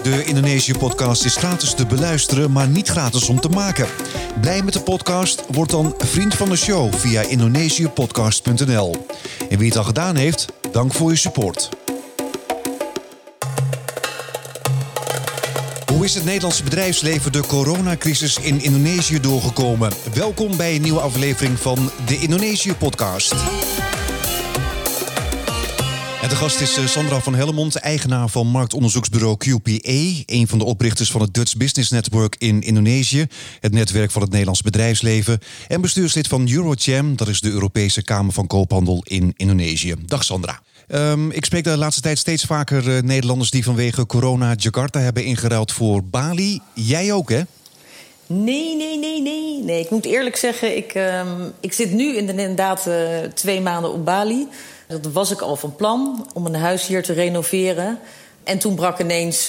De Indonesië-podcast is gratis te beluisteren, maar niet gratis om te maken. Blij met de podcast? Word dan vriend van de show via indonesiëpodcast.nl. En wie het al gedaan heeft, dank voor je support. Hoe is het Nederlandse bedrijfsleven de coronacrisis in Indonesië doorgekomen? Welkom bij een nieuwe aflevering van de Indonesië-podcast. En de gast is Sandra van Hellemond, eigenaar van marktonderzoeksbureau QPA, een van de oprichters van het Dutch Business Network in Indonesië, het netwerk van het Nederlands bedrijfsleven, en bestuurslid van Eurojam, dat is de Europese Kamer van Koophandel in Indonesië. Dag Sandra. Ik spreek de laatste tijd steeds vaker Nederlanders die vanwege corona Jakarta hebben ingeruild voor Bali. Jij ook, hè? Nee. Ik moet eerlijk zeggen, ik zit nu inderdaad 2 maanden op Bali. Dat was ik al van plan, om een huis hier te renoveren. En toen brak ineens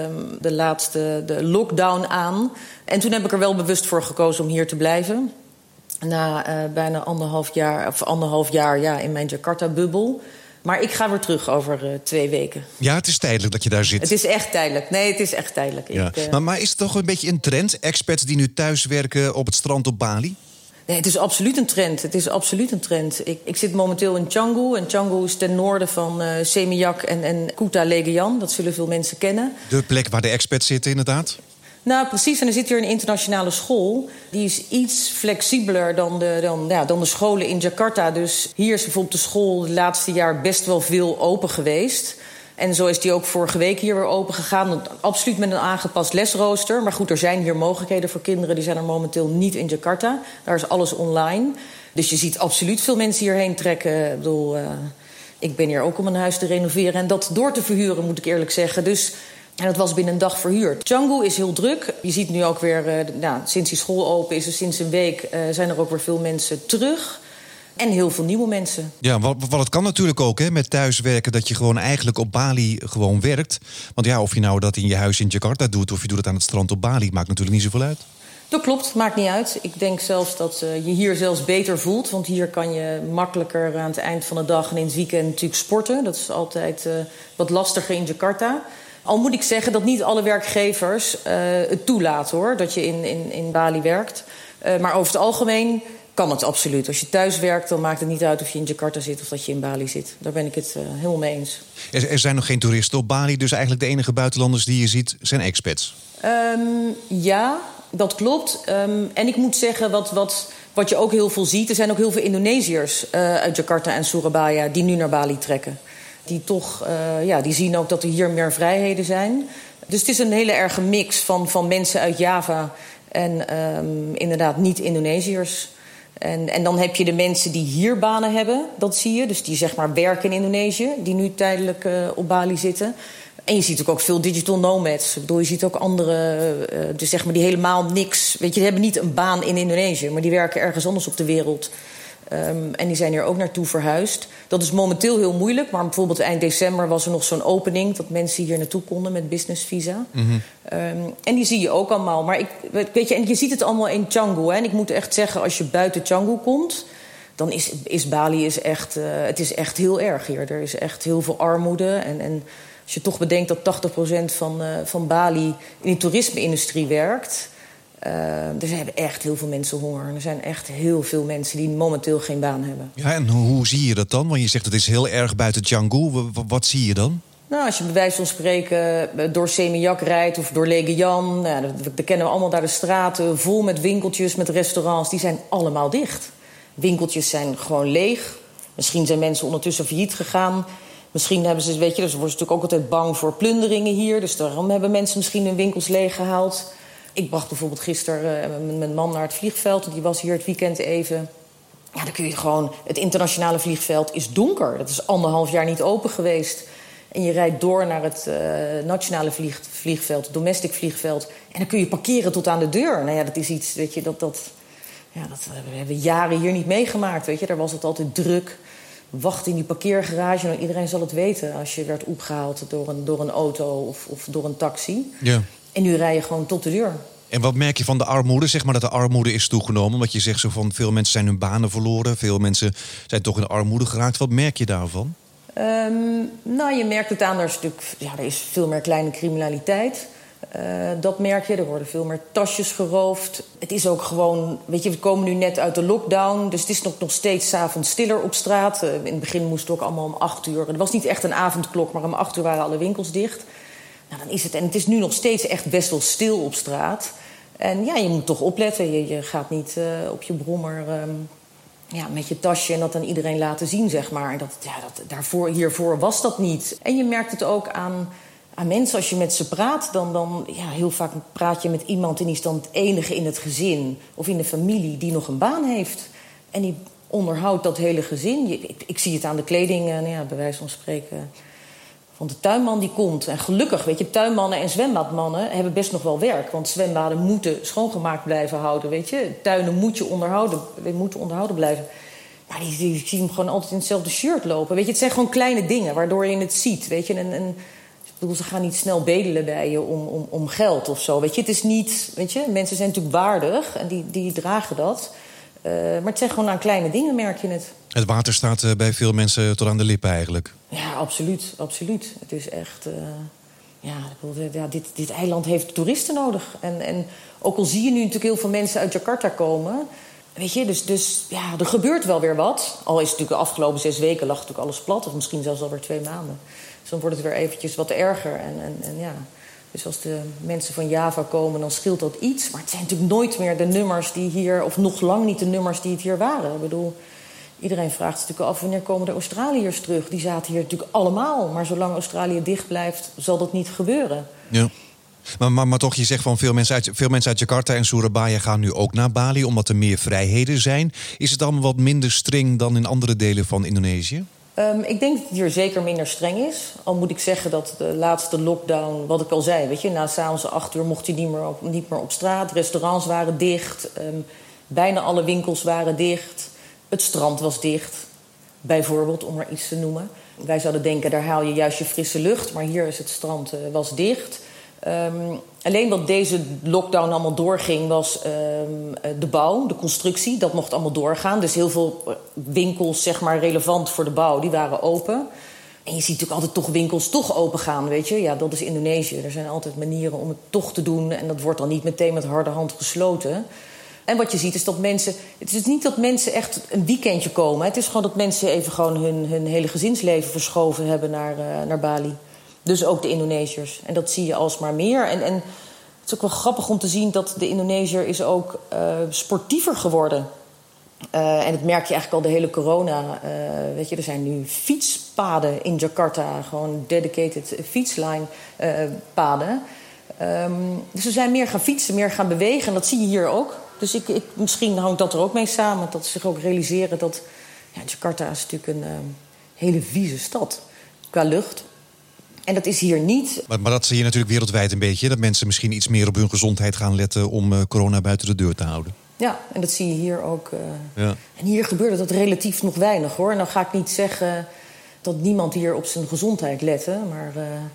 de lockdown aan. En toen heb ik er wel bewust voor gekozen om hier te blijven. Na bijna anderhalf jaar in mijn Jakarta-bubbel. Maar ik ga weer terug over 2 weken. Ja, het is tijdelijk dat je daar zit. Het is echt tijdelijk. Nee, het is echt tijdelijk. Ja. Maar is het toch een beetje een trend? Expats die nu thuis werken op het strand op Bali? Nee, het is absoluut een trend. Ik zit momenteel in Canggu. En Canggu is ten noorden van Seminyak en Kuta Legian. Dat zullen veel mensen kennen. De plek waar de expats zitten, inderdaad? Nou, precies. En er zit hier een internationale school. Die is iets flexibeler dan de scholen in Jakarta. Dus hier is bijvoorbeeld de school het laatste jaar best wel veel open geweest. En zo is die ook vorige week hier weer open gegaan. Absoluut met een aangepast lesrooster. Maar goed, er zijn hier mogelijkheden voor kinderen. Die zijn er momenteel niet in Jakarta. Daar is alles online. Dus je ziet absoluut veel mensen hierheen trekken. Ik bedoel, ik ben hier ook om een huis te renoveren. En dat door te verhuren, moet ik eerlijk zeggen. Dus en dat was binnen een dag verhuurd. Canggu is heel druk. Je ziet nu ook weer, sinds die school open is, dus sinds een week, zijn er ook weer veel mensen terug. En heel veel nieuwe mensen. Ja, wat het kan natuurlijk ook, hè, met thuiswerken, dat je gewoon eigenlijk op Bali gewoon werkt. Want ja, of je nou dat in je huis in Jakarta doet, of je doet het aan het strand op Bali, maakt natuurlijk niet zoveel uit. Dat klopt, maakt niet uit. Ik denk zelfs dat je hier zelfs beter voelt. Want hier kan je makkelijker aan het eind van de dag en in het weekend natuurlijk sporten. Dat is altijd wat lastiger in Jakarta. Al moet ik zeggen dat niet alle werkgevers het toelaten, hoor, dat je in Bali werkt. Maar over het algemeen kan het absoluut. Als je thuis werkt, dan maakt het niet uit of je in Jakarta zit of dat je in Bali zit. Daar ben ik het helemaal mee eens. Er zijn nog geen toeristen op Bali, dus eigenlijk de enige buitenlanders die je ziet zijn expats. Ja, dat klopt. En ik moet zeggen, wat je ook heel veel ziet, er zijn ook heel veel Indonesiërs uit Jakarta en Surabaya die nu naar Bali trekken. Die toch, die zien ook dat er hier meer vrijheden zijn. Dus het is een hele erge mix van mensen uit Java en inderdaad niet-Indonesiërs. En dan heb je de mensen die hier banen hebben, dat zie je. Dus die zeg maar werken in Indonesië, die nu tijdelijk op Bali zitten. En je ziet ook veel digital nomads. Ik bedoel, je ziet ook anderen, dus zeg maar die helemaal niks. Weet je, die hebben niet een baan in Indonesië, maar die werken ergens anders op de wereld. En die zijn hier ook naartoe verhuisd. Dat is momenteel heel moeilijk. Maar bijvoorbeeld eind december was er nog zo'n opening dat mensen hier naartoe konden met business visa. Mm-hmm. En die zie je ook allemaal. Maar en je ziet het allemaal in Canggu. Hè? En ik moet echt zeggen, als je buiten Canggu komt, dan is Bali echt, het is echt heel erg hier. Er is echt heel veel armoede. En als je toch bedenkt dat 80% van Bali in de toerisme-industrie werkt, er zijn echt heel veel mensen honger. Er zijn echt heel veel mensen die momenteel geen baan hebben. Ja, en hoe zie je dat dan? Want je zegt het is heel erg buiten Canggu. Wat zie je dan? Nou, als je bij wijze van spreken door Seminyak rijdt of door Legian, dan kennen we allemaal daar de straten vol met winkeltjes, met restaurants. Die zijn allemaal dicht. Winkeltjes zijn gewoon leeg. Misschien zijn mensen ondertussen failliet gegaan. Misschien hebben ze, dus worden ze natuurlijk ook altijd bang voor plunderingen hier. Dus daarom hebben mensen misschien hun winkels leeggehaald. Ik bracht bijvoorbeeld gisteren mijn man naar het vliegveld. Want die was hier het weekend even. Ja, dan kun je gewoon. Het internationale vliegveld is donker. Dat is 1,5 jaar niet open geweest. En je rijdt door naar het nationale vliegveld, het domestic vliegveld. En dan kun je parkeren tot aan de deur. Nou ja, dat is iets, weet je, dat hebben we jaren hier niet meegemaakt. Weet je, daar was het altijd druk. Wacht in die parkeergarage. Nou, iedereen zal het weten als je werd opgehaald door een auto of door een taxi. Ja. En nu rij je gewoon tot de deur. En wat merk je van de armoede? Zeg maar dat de armoede is toegenomen. Want je zegt zo van veel mensen zijn hun banen verloren. Veel mensen zijn toch in armoede geraakt. Wat merk je daarvan? Je merkt het aan, er is veel meer kleine criminaliteit. Dat merk je, er worden veel meer tasjes geroofd. Het is ook gewoon, we komen nu net uit de lockdown, dus het is nog steeds 's avonds stiller op straat. In het begin moest het ook allemaal om 8 uur. Er was niet echt een avondklok, maar om 8 uur waren alle winkels dicht. Nou, dan is het, en het is nu nog steeds echt best wel stil op straat. En je moet toch opletten. Je gaat niet op je brommer met je tasje en dat aan iedereen laten zien, zeg maar. Hiervoor was dat niet. En je merkt het ook aan mensen, als je met ze praat, dan heel vaak praat je met iemand en die is dan het enige in het gezin of in de familie die nog een baan heeft. En die onderhoudt dat hele gezin. Ik zie het aan de kleding, bij wijze van spreken, van de tuinman die komt. En gelukkig, tuinmannen en zwembadmannen hebben best nog wel werk. Want zwembaden moeten schoongemaakt blijven houden, Tuinen moeten onderhouden blijven. Maar die zie hem gewoon altijd in hetzelfde shirt lopen. Het zijn gewoon kleine dingen waardoor je het ziet, ze gaan niet snel bedelen bij je om geld of zo. Het is niet, mensen zijn natuurlijk waardig en die dragen dat. Maar het zijn gewoon aan kleine dingen, merk je het. Het water staat bij veel mensen tot aan de lippen eigenlijk. Ja, absoluut. Het is echt... dit eiland heeft toeristen nodig. En ook al zie je nu natuurlijk heel veel mensen uit Jakarta komen, dus er gebeurt wel weer wat. Al is het natuurlijk de afgelopen 6 weken lag natuurlijk alles plat, of misschien zelfs alweer 2 maanden. Dus dan wordt het weer eventjes wat erger. Dus als de mensen van Java komen, dan scheelt dat iets. Maar het zijn natuurlijk nooit meer de nummers die hier, of nog lang niet de nummers die het hier waren. Ik bedoel, iedereen vraagt zich natuurlijk af, wanneer komen de Australiërs terug? Die zaten hier natuurlijk allemaal. Maar zolang Australië dicht blijft, zal dat niet gebeuren. Ja. Maar toch, je zegt van veel mensen uit Jakarta en Surabaya gaan nu ook naar Bali, omdat er meer vrijheden zijn. Is het allemaal wat minder streng dan in andere delen van Indonesië? Ik denk dat het hier zeker minder streng is. Al moet ik zeggen dat de laatste lockdown, wat ik al zei, na 's avonds 8 uur mocht je niet meer op straat. Restaurants waren dicht. Bijna alle winkels waren dicht. Het strand was dicht. Bijvoorbeeld, om maar iets te noemen. Wij zouden denken, daar haal je juist je frisse lucht. Maar hier is het strand was dicht. Alleen wat deze lockdown allemaal doorging was de bouw, de constructie. Dat mocht allemaal doorgaan. Dus heel veel winkels, relevant voor de bouw, die waren open. En je ziet natuurlijk altijd toch winkels toch open gaan, Ja, dat is Indonesië. Er zijn altijd manieren om het toch te doen. En dat wordt dan niet meteen met harde hand gesloten. En wat je ziet is dat mensen... Het is niet dat mensen echt een weekendje komen. Het is gewoon dat mensen even gewoon hun hele gezinsleven verschoven hebben naar Bali. Dus ook de Indonesiërs. En dat zie je alsmaar meer. En het is ook wel grappig om te zien dat de Indonesiër is ook sportiever geworden. En dat merk je eigenlijk al de hele corona. Er zijn nu fietspaden in Jakarta. Gewoon dedicated fietsline paden. Dus ze zijn meer gaan fietsen, meer gaan bewegen. En dat zie je hier ook. Dus misschien hangt dat er ook mee samen. Dat ze zich ook realiseren dat Jakarta is natuurlijk een hele vieze stad. Qua lucht. En dat is hier niet. Maar dat zie je natuurlijk wereldwijd een beetje. Dat mensen misschien iets meer op hun gezondheid gaan letten om corona buiten de deur te houden. Ja, en dat zie je hier ook. En hier gebeurde dat relatief nog weinig, hoor. En dan ga ik niet zeggen dat niemand hier op zijn gezondheid lette. Maar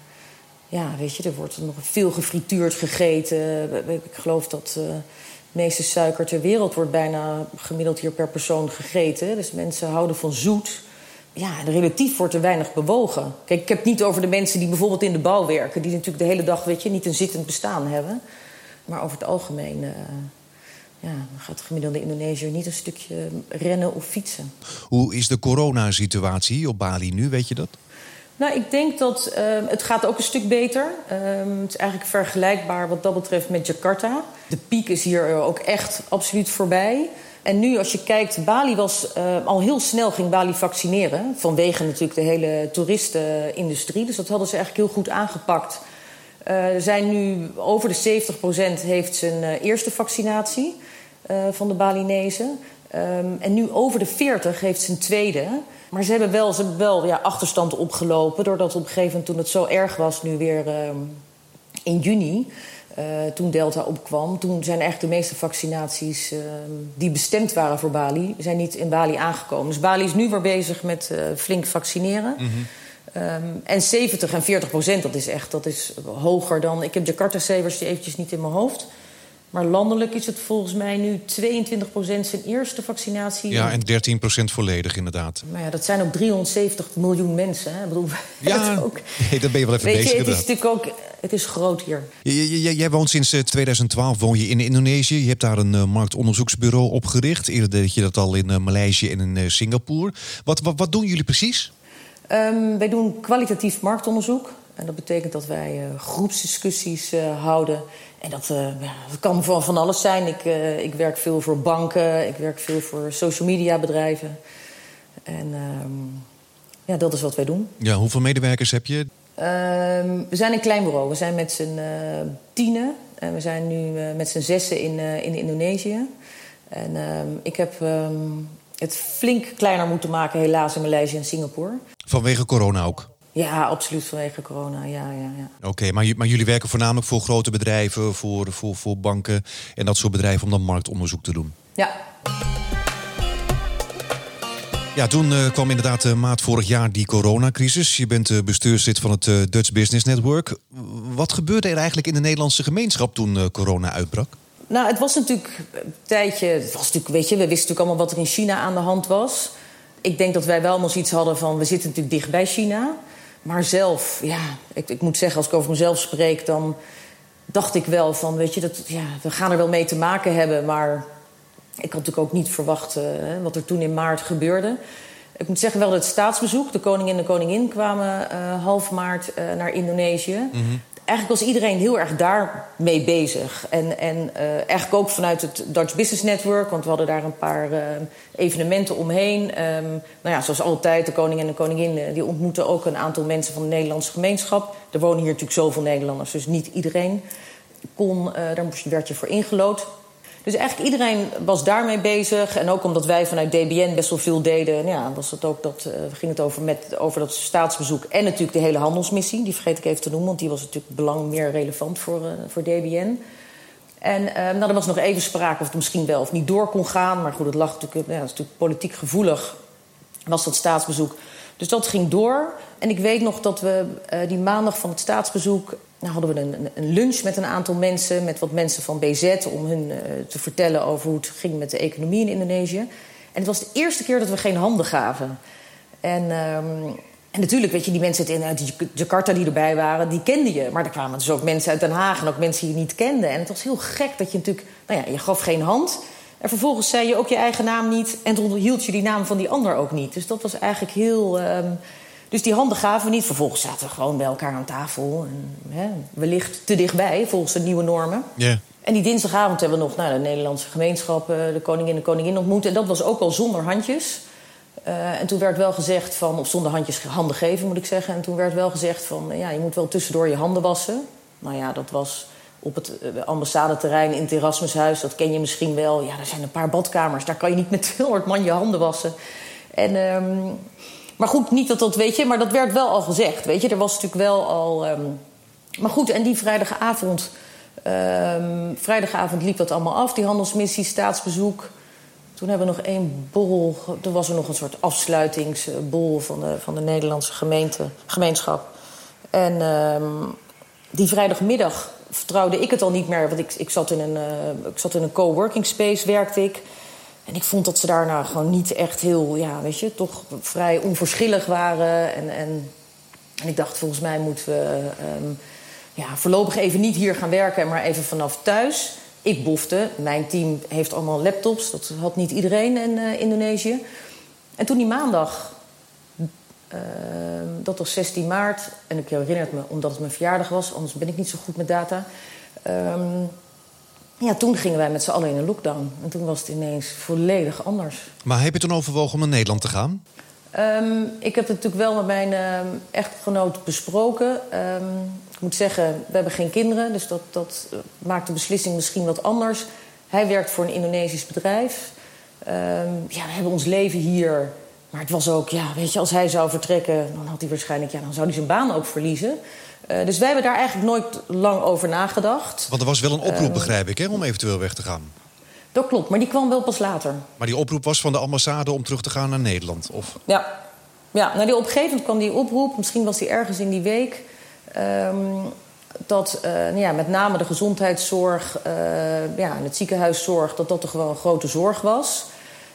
er wordt nog veel gefrituurd gegeten. Ik geloof dat de meeste suiker ter wereld wordt bijna gemiddeld hier per persoon gegeten. Dus mensen houden van zoet. Ja, relatief wordt er weinig bewogen. Kijk, ik heb het niet over de mensen die bijvoorbeeld in de bouw werken, die natuurlijk de hele dag, niet een zittend bestaan hebben. Maar over het algemeen dan gaat de gemiddelde Indonesiër niet een stukje rennen of fietsen. Hoe is de coronasituatie op Bali nu, weet je dat? Nou, ik denk dat het gaat ook een stuk beter. Het is eigenlijk vergelijkbaar wat dat betreft met Jakarta. De piek is hier ook echt absoluut voorbij. En nu, als je kijkt, Bali was al heel snel ging Bali vaccineren. Vanwege natuurlijk de hele toeristenindustrie. Dus dat hadden ze eigenlijk heel goed aangepakt. Er zijn nu over de 70% heeft zijn eerste vaccinatie van de Balinezen. En nu over de 40 heeft zijn tweede. Maar ze hebben wel achterstand opgelopen. Doordat op een gegeven moment, toen het zo erg was, nu weer in juni, toen Delta opkwam, toen zijn eigenlijk de meeste vaccinaties die bestemd waren voor Bali, zijn niet in Bali aangekomen. Dus Bali is nu weer bezig met flink vaccineren. Mm-hmm. En 70 en 40%, dat is hoger dan... Ik heb Jakarta-cijfers eventjes niet in mijn hoofd. Maar landelijk is het volgens mij nu 22% zijn eerste vaccinatie. Ja, en 13% volledig inderdaad. Maar ja, dat zijn ook 370 miljoen mensen. Hè? Ik bedoel, Ja, dat ben je wel even bezig. Het is natuurlijk ook, het is groot hier. Jij woont sinds 2012 woon je in Indonesië. Je hebt daar een marktonderzoeksbureau opgericht. Eerder deed je dat al in Maleisië en in Singapore. Wat doen jullie precies? Wij doen kwalitatief marktonderzoek. En dat betekent dat wij groepsdiscussies houden. En dat kan van alles zijn. Ik werk veel voor banken, ik werk veel voor social media bedrijven. En dat is wat wij doen. Ja, hoeveel medewerkers heb je? We zijn een klein bureau. We zijn met z'n 10. En we zijn nu met z'n 6 in Indonesië. En ik heb het flink kleiner moeten maken, helaas, in Maleisië en Singapore. Vanwege corona ook? Ja, absoluut vanwege corona, ja. Oké, maar jullie werken voornamelijk voor grote bedrijven, voor banken en dat soort bedrijven om dan marktonderzoek te doen? Ja. Ja, toen kwam inderdaad maart vorig jaar die coronacrisis. Je bent bestuurslid van het Dutch Business Network. Wat gebeurde er eigenlijk in de Nederlandse gemeenschap toen corona uitbrak? Nou, het was natuurlijk een tijdje... we wisten natuurlijk allemaal wat er in China aan de hand was. Ik denk dat wij wel eens iets hadden van, we zitten natuurlijk dicht bij China. Maar zelf, ik moet zeggen, als ik over mezelf spreek, dan dacht ik wel van, we gaan er wel mee te maken hebben. Maar ik had natuurlijk ook niet verwacht wat er toen in maart gebeurde. Ik moet zeggen wel dat het staatsbezoek, de koning en de koningin kwamen half maart naar Indonesië. Mm-hmm. Eigenlijk was iedereen heel erg daarmee bezig. En eigenlijk ook vanuit het Dutch Business Network, want we hadden daar een paar evenementen omheen. Zoals altijd, de koning en de koningin die ontmoeten ook een aantal mensen van de Nederlandse gemeenschap. Er wonen hier natuurlijk zoveel Nederlanders, dus niet iedereen daar werd je voor ingelood. Dus eigenlijk iedereen was daarmee bezig. En ook omdat wij vanuit DBN best wel veel deden, was het ook ging het over dat staatsbezoek. En natuurlijk de hele handelsmissie. Die vergeet ik even te noemen, want die was natuurlijk meer relevant voor DBN. En er was nog even sprake of het misschien wel of niet door kon gaan. Maar goed, het lag natuurlijk, dat is natuurlijk politiek gevoelig, was dat staatsbezoek. Dus dat ging door. En ik weet nog dat we die maandag van het staatsbezoek, hadden we een lunch met een aantal mensen, met wat mensen van BZ, om hun te vertellen over hoe het ging met de economie in Indonesië. En het was de eerste keer dat we geen handen gaven. En natuurlijk, die mensen uit Jakarta die erbij waren, die kende je. Maar er kwamen dus ook mensen uit Den Haag en ook mensen die je niet kende. En het was heel gek dat je natuurlijk, je gaf geen hand. En vervolgens zei je ook je eigen naam niet. En toen hield je die naam van die ander ook niet. Dus dat was eigenlijk heel... Dus die handen gaven we niet. Vervolgens zaten we gewoon bij elkaar aan tafel. En, wellicht te dichtbij, volgens de nieuwe normen. Yeah. En die dinsdagavond hebben we nog de Nederlandse gemeenschap, de koning en de koningin ontmoet. En dat was ook al zonder handjes. En toen werd wel gezegd van, of zonder handen geven moet ik zeggen. En toen werd wel gezegd van, je moet wel tussendoor je handen wassen. Dat was op het ambassadeterrein in het Erasmushuis. Dat ken je misschien wel. Ja, er zijn een paar badkamers. Daar kan je niet met 200 man je handen wassen. En... Maar goed, niet dat maar dat werd wel al gezegd. Er was natuurlijk wel al... Maar goed, en die vrijdagavond liep dat allemaal af. Die handelsmissie, staatsbezoek. Toen hebben we nog 1 borrel... Toen was er nog een soort afsluitingsborrel van de Nederlandse gemeenschap. En die vrijdagmiddag vertrouwde ik het al niet meer. Want ik zat in een coworking space, werkte ik. En ik vond dat ze daarna gewoon niet echt heel, toch vrij onverschillig waren. En ik dacht, volgens mij moeten we voorlopig even niet hier gaan werken, maar even vanaf thuis. Ik bofte, mijn team heeft allemaal laptops, dat had niet iedereen in Indonesië. En toen die maandag, dat was 16 maart, en ik herinner het me omdat het mijn verjaardag was, anders ben ik niet zo goed met data. Toen gingen wij met z'n allen in een lockdown. En toen was het ineens volledig anders. Maar heb je toen overwogen om naar Nederland te gaan? Ik heb het natuurlijk wel met mijn echtgenoot besproken. Ik moet zeggen, we hebben geen kinderen. Dus dat maakt de beslissing misschien wat anders. Hij werkt voor een Indonesisch bedrijf. We hebben ons leven hier. Maar het was ook, als hij zou vertrekken, dan had hij waarschijnlijk, dan zou hij zijn baan ook verliezen. Dus wij hebben daar eigenlijk nooit lang over nagedacht. Want er was wel een oproep, begrijp ik, om eventueel weg te gaan. Dat klopt, maar die kwam wel pas later. Maar die oproep was van de ambassade om terug te gaan naar Nederland? Of? Ja, op een gegeven moment kwam die oproep. Misschien was die ergens in die week. dat met name de gezondheidszorg en het ziekenhuiszorg, dat toch wel een grote zorg was.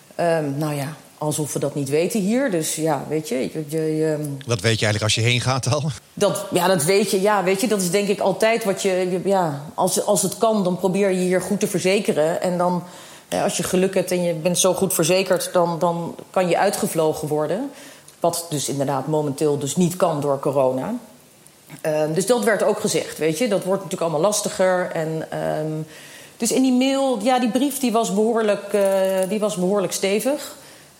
Alsof we dat niet weten hier. Dus ja, weet je... Dat weet je eigenlijk als je heen gaat al? Dat weet je. Ja, weet je, dat is denk ik altijd wat je... Ja, als het kan, dan probeer je hier goed te verzekeren. En dan, als je geluk hebt en je bent zo goed verzekerd, dan kan je uitgevlogen worden. Wat dus inderdaad momenteel dus niet kan door corona. Dus dat werd ook gezegd, weet je. Dat wordt natuurlijk allemaal lastiger. En, dus in die mail, die brief die was behoorlijk stevig.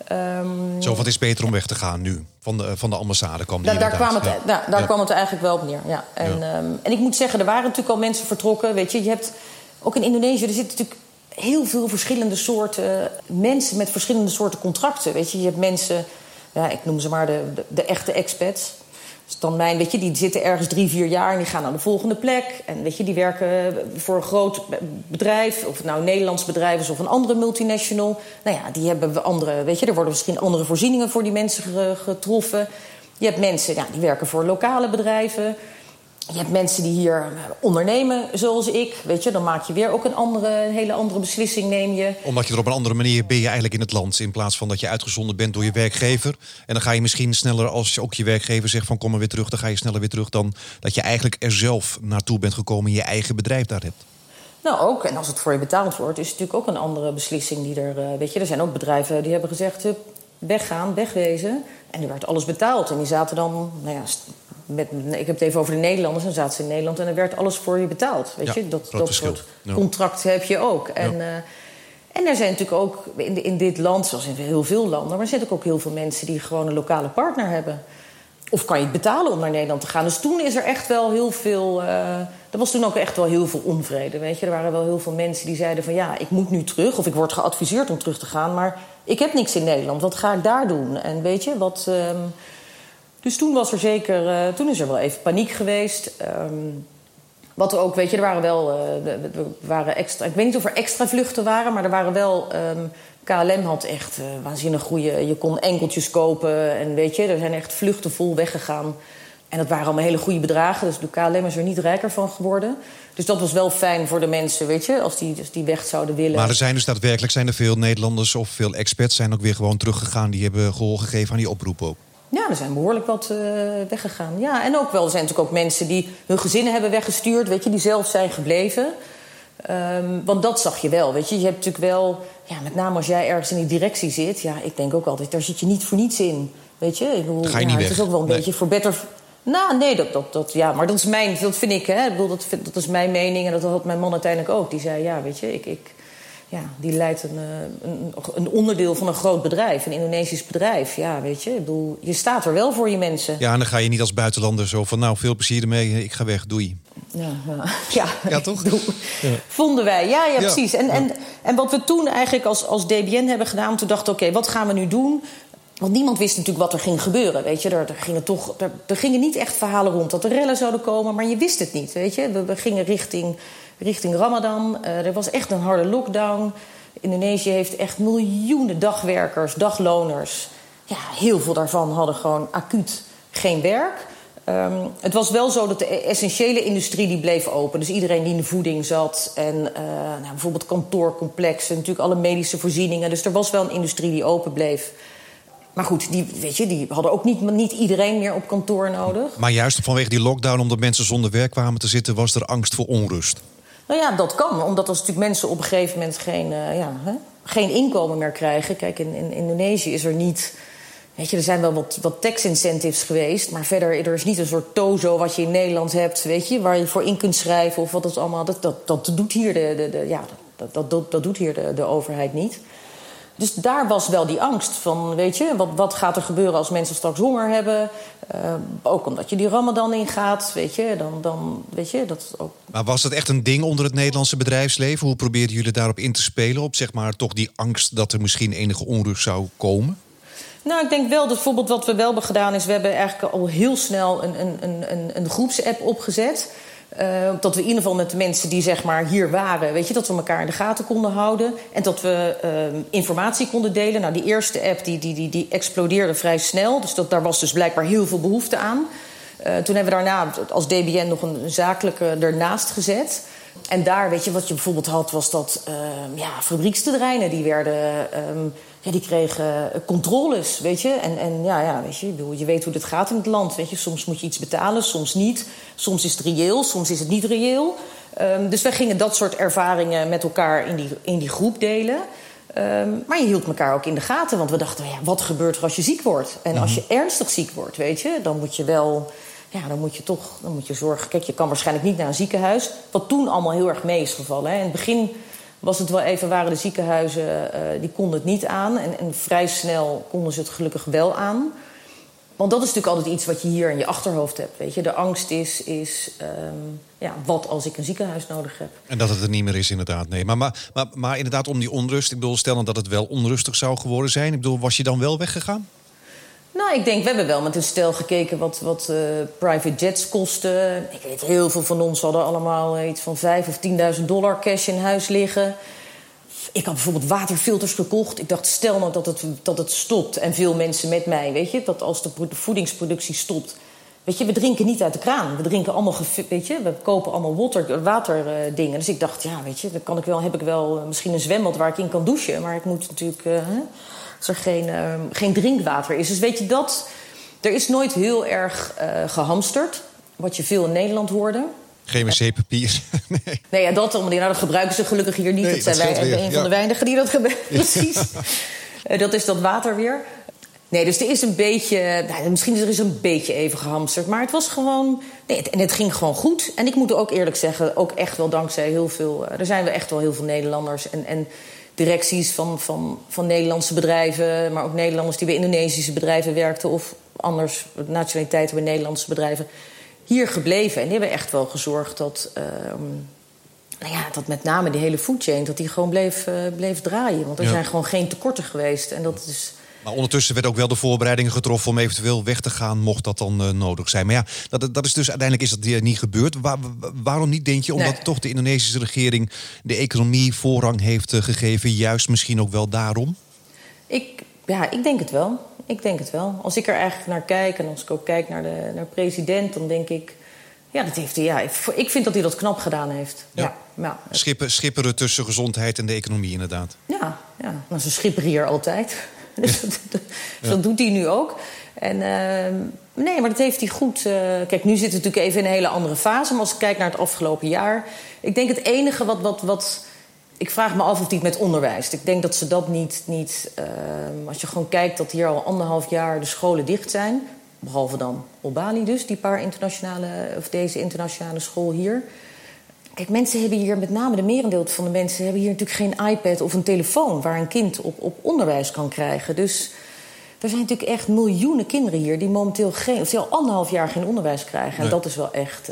Zo, wat is beter om weg te gaan nu? Van de ambassade kwam die daar kwam het eigenlijk wel op neer. Ja. En ik moet zeggen, er waren natuurlijk al mensen vertrokken. Weet je hebt ook in Indonesië, er zitten natuurlijk heel veel verschillende soorten mensen met verschillende soorten contracten. Weet je hebt mensen, ik noem ze maar de echte expats. Dus dan weet je, die zitten ergens 3-4 jaar en die gaan naar de volgende plek. En weet je, die werken voor een groot bedrijf, of het nou een Nederlands bedrijf is of een andere multinational. Die hebben andere, weet je, er worden misschien andere voorzieningen voor die mensen getroffen. Je hebt mensen die werken voor lokale bedrijven. Je hebt mensen die hier ondernemen, zoals ik. Weet je, dan maak je weer ook een hele andere beslissing, neem je. Omdat je er op een andere manier ben je eigenlijk in het land, in plaats van dat je uitgezonden bent door je werkgever. En dan ga je misschien sneller, als ook je werkgever zegt van kom maar weer terug, dan ga je sneller weer terug dan dat je eigenlijk er zelf naartoe bent gekomen en je eigen bedrijf daar hebt. Nou ook, en als het voor je betaald wordt, is het natuurlijk ook een andere beslissing die er... Weet je, er zijn ook bedrijven die hebben gezegd, weggaan, wegwezen. En er werd alles betaald. En die zaten dan, ik heb het even over de Nederlanders, dan zaten ze in Nederland en er werd alles voor je betaald. Weet je, dat soort contract heb je ook. En er zijn natuurlijk ook in dit land, zoals in heel veel landen, maar er zitten ook heel veel mensen die gewoon een lokale partner hebben. Of kan je het betalen om naar Nederland te gaan? Dus toen is er echt wel heel veel... er was toen ook echt wel heel veel onvrede, weet je. Er waren wel heel veel mensen die zeiden van ik moet nu terug. Of ik word geadviseerd om terug te gaan, maar ik heb niks in Nederland. Wat ga ik daar doen? En weet je, wat... Dus toen was er zeker... toen is er wel even paniek geweest. Wat ook, weet je, er waren wel... waren extra, ik weet niet of er extra vluchten waren, maar er waren wel... KLM had echt waanzinnig goede... Je kon enkeltjes kopen en weet je, er zijn echt vluchten vol weggegaan. En dat waren allemaal hele goede bedragen. Dus de KLM is er niet rijker van geworden. Dus dat was wel fijn voor de mensen, weet je, als die weg zouden willen. Maar er zijn dus daadwerkelijk veel Nederlanders of veel expats zijn ook weer gewoon teruggegaan. Die hebben gehoor gegeven aan die oproep ook. Ja, er zijn behoorlijk wat weggegaan. Ja, en ook wel, er zijn natuurlijk ook mensen die hun gezinnen hebben weggestuurd, weet je, die zelf zijn gebleven. Want dat zag je wel, weet je. Je hebt natuurlijk wel, met name als jij ergens in die directie zit, ik denk ook altijd, daar zit je niet voor niets in, weet je. Ik bedoel, ga je niet weg. Het is ook wel een beetje voor better. Nou, nee, maar dat is dat vind ik, hè. Ik bedoel, dat is mijn mening en dat had mijn man uiteindelijk ook. Die zei, weet je, die leidt een onderdeel van een groot bedrijf, een Indonesisch bedrijf. Ja, weet je, ik bedoel, je staat er wel voor je mensen. Ja, en dan ga je niet als buitenlander zo van, veel plezier ermee, ik ga weg, doei. Ja, toch? Vonden wij, ja, precies. En wat we toen eigenlijk als DBN hebben gedaan, toen dachten we, oké, wat gaan we nu doen? Want niemand wist natuurlijk wat er ging gebeuren, weet je. Er gingen niet echt verhalen rond dat er rellen zouden komen, maar je wist het niet, weet je. We gingen richting Ramadan. Er was echt een harde lockdown. Indonesië heeft echt miljoenen dagwerkers, dagloners. Ja, heel veel daarvan hadden gewoon acuut geen werk. Het was wel zo dat de essentiële industrie die bleef open. Dus iedereen die in de voeding zat. En bijvoorbeeld kantoorcomplexen, natuurlijk alle medische voorzieningen. Dus er was wel een industrie die open bleef. Maar goed, die hadden ook niet iedereen meer op kantoor nodig. Maar juist vanwege die lockdown, omdat mensen zonder werk kwamen te zitten, was er angst voor onrust. Nou ja, dat kan. Omdat als natuurlijk mensen op een gegeven moment geen inkomen meer krijgen. Kijk, in Indonesië is er niet... Weet je, er zijn wel wat tax incentives geweest. Maar verder, er is niet een soort tozo wat je in Nederland hebt, weet je, waar je voor in kunt schrijven of wat het allemaal. Dat doet hier dat doet hier de overheid niet. Dus daar was wel die angst van, weet je, wat gaat er gebeuren als mensen straks honger hebben? Ook omdat je die Ramadan ingaat, weet je, dan weet je dat ook. Maar was het echt een ding onder het Nederlandse bedrijfsleven? Hoe probeerden jullie daarop in te spelen? Op zeg maar toch die angst dat er misschien enige onrust zou komen? Nou, ik denk wel dat bijvoorbeeld wat we wel hebben gedaan is, we hebben eigenlijk al heel snel een groepsapp opgezet. Dat we in ieder geval met de mensen die zeg maar hier waren, weet je, dat we elkaar in de gaten konden houden. En dat we informatie konden delen. Nou, die eerste app die explodeerde vrij snel. Dus daar was dus blijkbaar heel veel behoefte aan. Toen hebben we daarna als DBN nog een zakelijke ernaast gezet. En daar, weet je, wat je bijvoorbeeld had, was dat fabrieksterreinen die werden... die kregen controles, weet je. En weet je, je weet hoe dit gaat in het land, weet je. Soms moet je iets betalen, soms niet. Soms is het reëel, soms is het niet reëel. Dus wij gingen dat soort ervaringen met elkaar in die groep delen. Maar je hield elkaar ook in de gaten, want we dachten... wat gebeurt er als je ziek wordt? En als je ernstig ziek wordt, weet je, dan moet je wel... dan moet je zorgen... Kijk, je kan waarschijnlijk niet naar een ziekenhuis. Wat toen allemaal heel erg mee is gevallen. Hè. In het begin was het wel even... waren de ziekenhuizen, die konden het niet aan. En vrij snel konden ze het gelukkig wel aan. Want dat is natuurlijk altijd iets wat je hier in je achterhoofd hebt. Weet je? De angst is wat als ik een ziekenhuis nodig heb? En dat het er niet meer is, inderdaad. Nee. Maar inderdaad om die onrust. Ik bedoel, stel dat het wel onrustig zou geworden zijn. Ik bedoel, was je dan wel weggegaan? Nou, ik denk, we hebben wel met een stel gekeken wat private jets kosten. Ik weet, heel veel van ons hadden allemaal iets van $5.000 of $10.000 cash in huis liggen. Ik had bijvoorbeeld waterfilters gekocht. Ik dacht, stel nou dat het stopt. En veel mensen met mij, weet je, dat als de voedingsproductie stopt... Weet je, we drinken niet uit de kraan. We drinken allemaal, weet je, we kopen allemaal waterdingen. Dus ik dacht, ja, weet je, dan heb ik wel misschien een zwembad waar ik in kan douchen. Maar ik moet natuurlijk... als er geen drinkwater is. Dus weet je er is nooit heel erg gehamsterd. Wat je veel in Nederland hoorde. Geen wc-papier. Nee, dat gebruiken ze gelukkig hier niet. Nee, dat zijn wij een van de weinigen die dat gebruiken. Ja. Precies. Dat is dat water weer. Nee, dus er is een beetje... misschien is er een beetje even gehamsterd. Maar het was gewoon... Nee, en het ging gewoon goed. En ik moet ook eerlijk zeggen... ook echt wel dankzij heel veel... er zijn we echt wel heel veel Nederlanders. En directies van Nederlandse bedrijven... maar ook Nederlanders die bij Indonesische bedrijven werkten... of anders nationaliteiten bij Nederlandse bedrijven... hier gebleven. En die hebben echt wel gezorgd dat... dat met name die hele foodchain... dat die gewoon bleef draaien. Want er zijn gewoon geen tekorten geweest. En dat is... Maar ondertussen werden ook wel de voorbereidingen getroffen... om eventueel weg te gaan, mocht dat dan nodig zijn. Maar ja, dat is dus uiteindelijk is dat niet gebeurd. Waarom niet, denk je? Omdat toch de Indonesische regering... de economie voorrang heeft gegeven. Juist misschien ook wel daarom? Ik denk het wel. Ik denk het wel. Als ik er eigenlijk naar kijk... en als ik ook kijk naar de president... dan denk ik... Ja, dat heeft hij, ik vind dat hij dat knap gedaan heeft. Ja. Schipperen tussen gezondheid en de economie, inderdaad. Ja. Nou, ze schipperen hier altijd... Dus dat doet hij nu ook. En, maar dat heeft hij goed... Kijk, nu zitten we natuurlijk even in een hele andere fase. Maar als ik kijk naar het afgelopen jaar... Ik denk het enige wat ik vraag me af of hij het met onderwijs... Ik denk dat ze dat niet als je gewoon kijkt dat hier al 1,5 jaar de scholen dicht zijn... behalve dan op Bali dus, deze internationale school hier... Kijk, mensen hebben hier, met name de merendeel van de mensen... hebben hier natuurlijk geen iPad of een telefoon... waar een kind op onderwijs kan krijgen. Dus er zijn natuurlijk echt miljoenen kinderen hier... die momenteel al 1,5 jaar geen onderwijs krijgen. En dat is wel echt...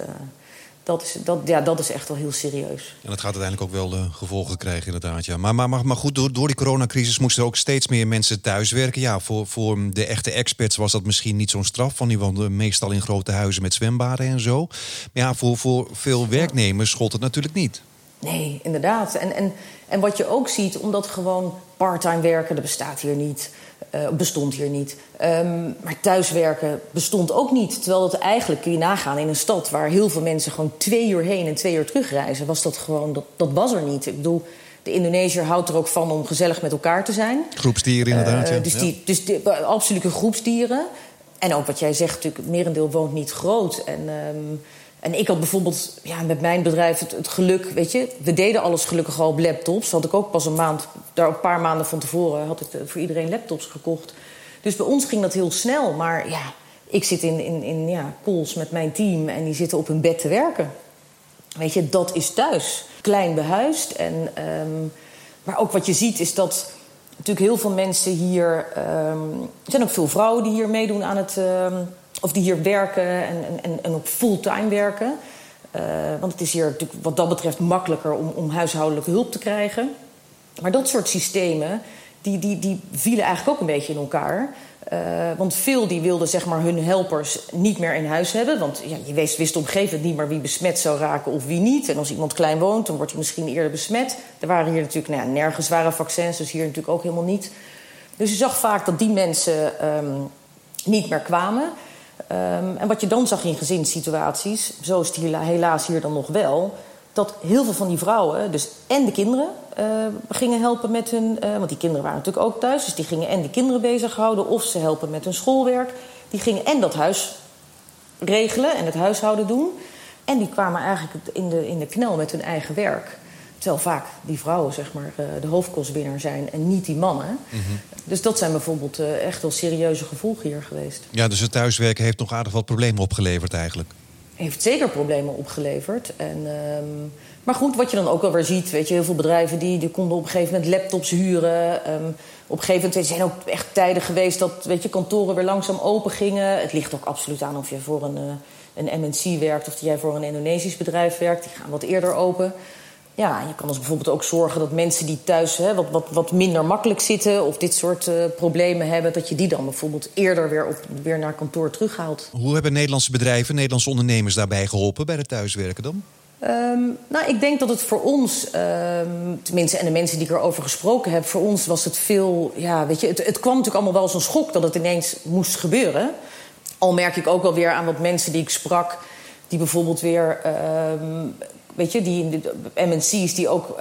Dat is echt wel heel serieus. En dat gaat uiteindelijk ook wel gevolgen krijgen, inderdaad. Ja. Maar goed, door die coronacrisis moesten er ook steeds meer mensen thuiswerken. Ja, voor de echte expats was dat misschien niet zo'n straf. Want die woonden meestal in grote huizen met zwembaden en zo. Maar ja, voor veel werknemers gold het natuurlijk niet. Nee, inderdaad. En wat je ook ziet, omdat gewoon parttime werken... dat bestond hier niet. Maar thuiswerken bestond ook niet. Terwijl dat eigenlijk, kun je nagaan, in een stad... waar heel veel mensen gewoon 2 uur heen en 2 uur terugreizen... was dat gewoon, dat was er niet. Ik bedoel, de Indonesiër houdt er ook van om gezellig met elkaar te zijn. Groepsdieren inderdaad, Dus absolute groepsdieren. En ook wat jij zegt, natuurlijk, het merendeel woont niet groot. En ik had bijvoorbeeld met mijn bedrijf het geluk... weet je, we deden alles gelukkig al op laptops. Had ik ook pas een paar maanden van tevoren... had ik voor iedereen laptops gekocht. Dus bij ons ging dat heel snel. Maar ik zit in calls met mijn team... en die zitten op hun bed te werken. Weet je, dat is thuis. Klein behuisd. Maar ook wat je ziet is dat... natuurlijk heel veel mensen hier... er zijn ook veel vrouwen die hier meedoen aan het... of die hier werken en ook fulltime werken. Want het is hier natuurlijk wat dat betreft makkelijker om huishoudelijke hulp te krijgen. Maar dat soort systemen, die vielen eigenlijk ook een beetje in elkaar. Want veel die wilden zeg maar hun helpers niet meer in huis hebben. Want je wist op een gegeven moment niet meer wie besmet zou raken of wie niet. En als iemand klein woont, dan wordt hij misschien eerder besmet. Er waren hier natuurlijk, nergens waren vaccins, dus hier natuurlijk ook helemaal niet. Dus je zag vaak dat die mensen niet meer kwamen. En wat je dan zag in gezinssituaties, zo is het helaas hier dan nog wel, dat heel veel van die vrouwen, dus en de kinderen, gingen helpen met hun... want die kinderen waren natuurlijk ook thuis, dus die gingen en de kinderen bezighouden, of ze helpen met hun schoolwerk. Die gingen en dat huis regelen en het huishouden doen. En die kwamen eigenlijk in de knel met hun eigen werk. Terwijl vaak die vrouwen zeg maar de hoofdkostwinner zijn en niet die mannen. Mm-hmm. Dus dat zijn bijvoorbeeld echt wel serieuze gevolgen hier geweest. Ja, dus het thuiswerken heeft nog aardig wat problemen opgeleverd eigenlijk. Heeft zeker problemen opgeleverd. Maar goed, wat je dan ook wel weer ziet, weet je, heel veel bedrijven die konden op een gegeven moment laptops huren. Op een gegeven moment zijn ook echt tijden geweest dat, weet je, kantoren weer langzaam open gingen. Het ligt ook absoluut aan of je voor een MNC werkt of dat jij voor een Indonesisch bedrijf werkt. Die gaan wat eerder open. Ja, je kan dus bijvoorbeeld ook zorgen dat mensen die thuis wat minder makkelijk zitten of dit soort problemen hebben, dat je die dan bijvoorbeeld eerder weer naar kantoor terughaalt. Hoe hebben Nederlandse bedrijven, Nederlandse ondernemers daarbij geholpen bij het thuiswerken dan? Ik denk dat het voor ons, tenminste en de mensen die ik erover gesproken heb, voor ons was het veel, ja, weet je, het kwam natuurlijk allemaal wel als een schok dat het ineens moest gebeuren. Al merk ik ook wel weer aan wat mensen die ik sprak, die bijvoorbeeld weer, weet je, die in de MNC's die ook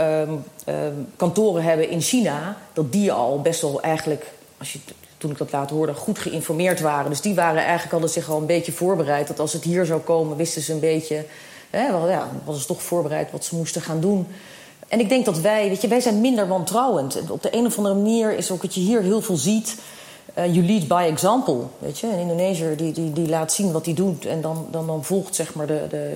kantoren hebben in China, dat die al best wel eigenlijk, toen ik dat laat horen, goed geïnformeerd waren. Dus die waren eigenlijk hadden zich al een beetje voorbereid dat als het hier zou komen, wisten ze een beetje, was ze toch voorbereid wat ze moesten gaan doen. En ik denk dat wij zijn minder wantrouwend. Op de een of andere manier is ook wat je hier heel veel ziet. You lead by example, weet je. Een Indonesiër die laat zien wat hij doet en dan volgt zeg maar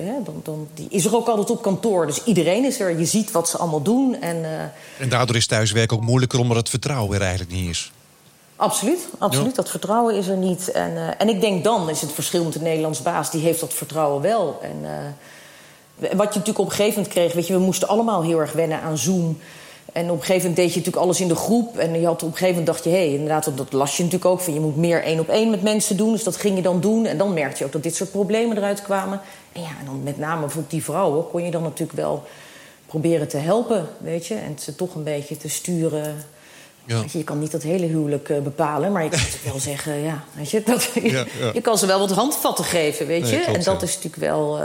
die is er ook altijd op kantoor. Dus iedereen is er, je ziet wat ze allemaal doen. En daardoor is thuiswerken ook moeilijker omdat het vertrouwen er eigenlijk niet is. Absoluut. Ja. Dat vertrouwen is er niet. En ik denk dan is het verschil met de Nederlandse baas, die heeft dat vertrouwen wel. En wat je natuurlijk op een gegeven moment kreeg, weet je, we moesten allemaal heel erg wennen aan Zoom. En op een gegeven moment deed je natuurlijk alles in de groep. En je had op een gegeven moment dacht je, inderdaad, dat las je natuurlijk ook van je moet meer 1-op-1 met mensen doen. Dus dat ging je dan doen. En dan merkte je ook dat dit soort problemen eruit kwamen. En dan met name bijvoorbeeld die vrouwen kon je dan natuurlijk wel proberen te helpen, weet je. En ze toch een beetje te sturen. Ja. Je kan niet dat hele huwelijk bepalen, maar je kan natuurlijk wel zeggen, weet je, je kan ze wel wat handvatten geven, weet je. En dat is natuurlijk wel.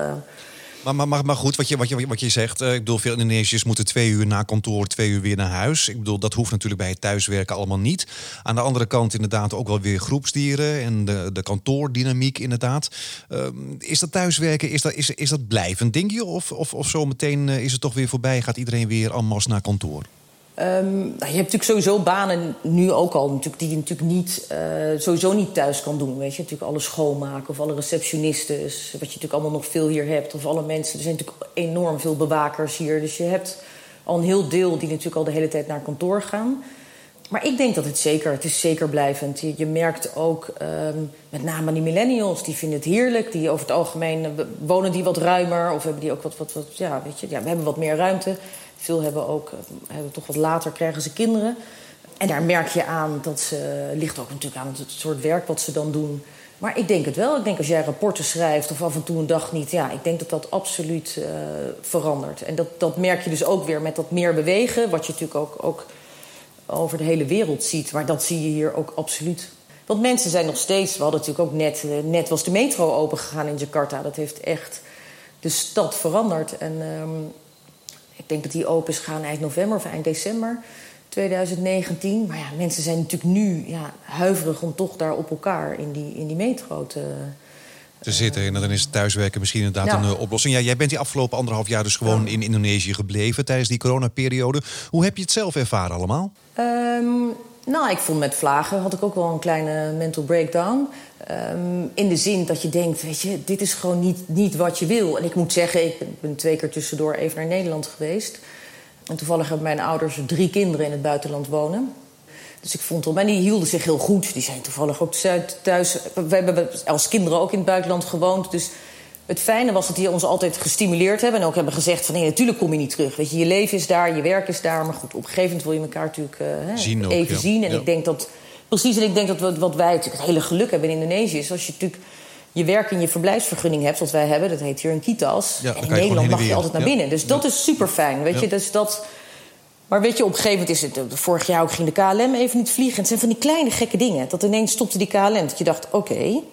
Maar goed, wat je zegt, ik bedoel, veel Indonesiërs moeten 2 uur na kantoor, 2 uur weer naar huis. Ik bedoel, dat hoeft natuurlijk bij het thuiswerken allemaal niet. Aan de andere kant inderdaad ook wel weer groepsdieren en de kantoordynamiek inderdaad. Is dat thuiswerken, is dat blijvend, denk je? Of zo meteen is het toch weer voorbij, gaat iedereen weer en masse naar kantoor? Je hebt natuurlijk sowieso banen nu ook al natuurlijk, die je natuurlijk niet, sowieso niet thuis kan doen. Weet je, natuurlijk alle schoonmaken of alle receptionisten, wat je natuurlijk allemaal nog veel hier hebt. Of alle mensen, er zijn natuurlijk enorm veel bewakers hier. Dus je hebt al een heel deel die natuurlijk al de hele tijd naar kantoor gaan. Maar ik denk dat het is zeker blijvend. Je merkt ook, met name die millennials, die vinden het heerlijk. Die over het algemeen wonen die wat ruimer of hebben die ook wat weet je, we hebben wat meer ruimte. Veel hebben toch wat later krijgen ze kinderen. En daar merk je aan dat ligt ook natuurlijk aan het soort werk wat ze dan doen. Maar ik denk het wel. Ik denk als jij rapporten schrijft of af en toe een dag niet, ik denk dat absoluut verandert. En dat merk je dus ook weer met dat meer bewegen, wat je natuurlijk ook over de hele wereld ziet. Maar dat zie je hier ook absoluut. Want mensen zijn nog steeds, we hadden natuurlijk ook net was de metro opengegaan in Jakarta. Dat heeft echt de stad veranderd. En ik denk dat die open is gegaan eind november of eind december 2019. Maar mensen zijn natuurlijk nu huiverig om toch daar op elkaar in die metro te zitten. En dan is het thuiswerken misschien inderdaad een oplossing. Ja, jij bent die afgelopen 1,5 jaar dus gewoon in Indonesië gebleven tijdens die coronaperiode. Hoe heb je het zelf ervaren allemaal? Ik vond met vlagen had ik ook wel een kleine mental breakdown. In de zin dat je denkt, weet je, dit is gewoon niet wat je wil. En ik moet zeggen, ik ben 2 keer tussendoor even naar Nederland geweest. En toevallig hebben mijn ouders 3 kinderen in het buitenland wonen. Dus ik vond en die hielden zich heel goed. Die zijn toevallig ook thuis. We hebben als kinderen ook in het buitenland gewoond. Dus het fijne was dat die ons altijd gestimuleerd hebben. En ook hebben gezegd van, nee, natuurlijk kom je niet terug. Weet je leven is daar, je werk is daar. Maar goed, op een gegeven moment wil je elkaar natuurlijk even zien. En ik denk dat, precies, en ik denk dat wat wij natuurlijk het hele geluk hebben in Indonesië is als je natuurlijk je werk en je verblijfsvergunning hebt, wat wij hebben, dat heet hier een kitas. En in Nederland mag je altijd naar binnen. Dus dat is super fijn, weet je. Dus dat. Maar weet je, op een gegeven moment is het. Vorig jaar ook ging de KLM even niet vliegen. En het zijn van die kleine gekke dingen. Dat ineens stopte die KLM. Dat je dacht, oké,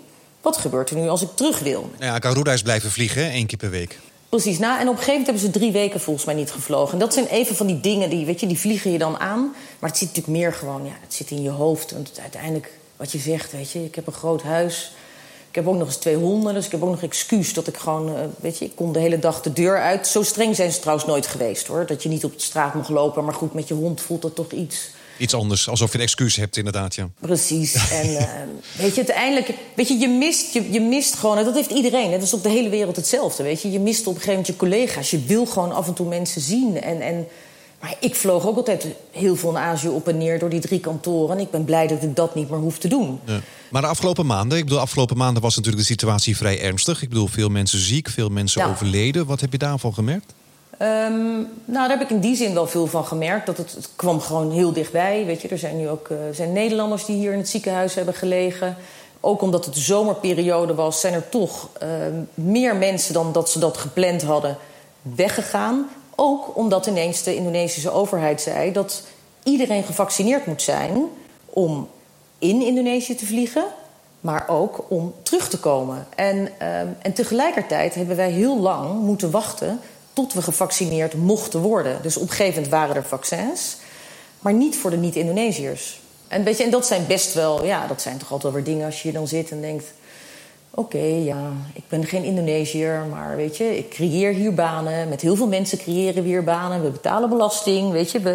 Wat gebeurt er nu als ik terug wil? Ja, Garuda is blijven vliegen, 1 keer per week. Precies, en op een gegeven moment hebben ze 3 weken volgens mij niet gevlogen. En dat zijn even van die dingen, die vliegen je dan aan. Maar het zit natuurlijk meer gewoon, het zit in je hoofd. Want uiteindelijk, wat je zegt, ik heb een groot huis. Ik heb ook nog eens 2 honden, dus ik heb ook nog excuus dat ik gewoon... ik kon de hele dag de deur uit. Zo streng zijn ze trouwens nooit geweest, hoor. Dat je niet op de straat mag lopen, maar goed, met je hond voelt dat toch iets... Iets anders, alsof je een excuus hebt inderdaad, ja. Precies. En uiteindelijk... je mist gewoon... En dat heeft iedereen. Dat is op de hele wereld hetzelfde, Je mist op een gegeven moment je collega's. Je wil gewoon af en toe mensen zien. Maar ik vloog ook altijd heel veel naar Azië op en neer door die 3 kantoren. En ik ben blij dat ik dat niet meer hoef te doen. Ja. Maar de afgelopen maanden was natuurlijk de situatie vrij ernstig. Ik bedoel, veel mensen ziek, veel mensen overleden. Wat heb je daarvan gemerkt? Daar heb ik in die zin wel veel van gemerkt. Dat het kwam gewoon heel dichtbij. Er zijn nu ook zijn Nederlanders die hier in het ziekenhuis hebben gelegen. Ook omdat het de zomerperiode was, zijn er toch meer mensen dan dat ze dat gepland hadden weggegaan. Ook omdat ineens de Indonesische overheid zei dat iedereen gevaccineerd moet zijn om in Indonesië te vliegen, maar ook om terug te komen. En tegelijkertijd hebben wij heel lang moeten wachten tot we gevaccineerd mochten worden. Dus op een gegeven moment waren er vaccins, maar niet voor de niet-Indonesiërs. En dat zijn best wel, dat zijn toch altijd wel weer dingen als je hier dan zit en denkt... Oké, ik ben geen Indonesiër, maar ik creëer hier banen. Met heel veel mensen creëren we hier banen. We betalen belasting,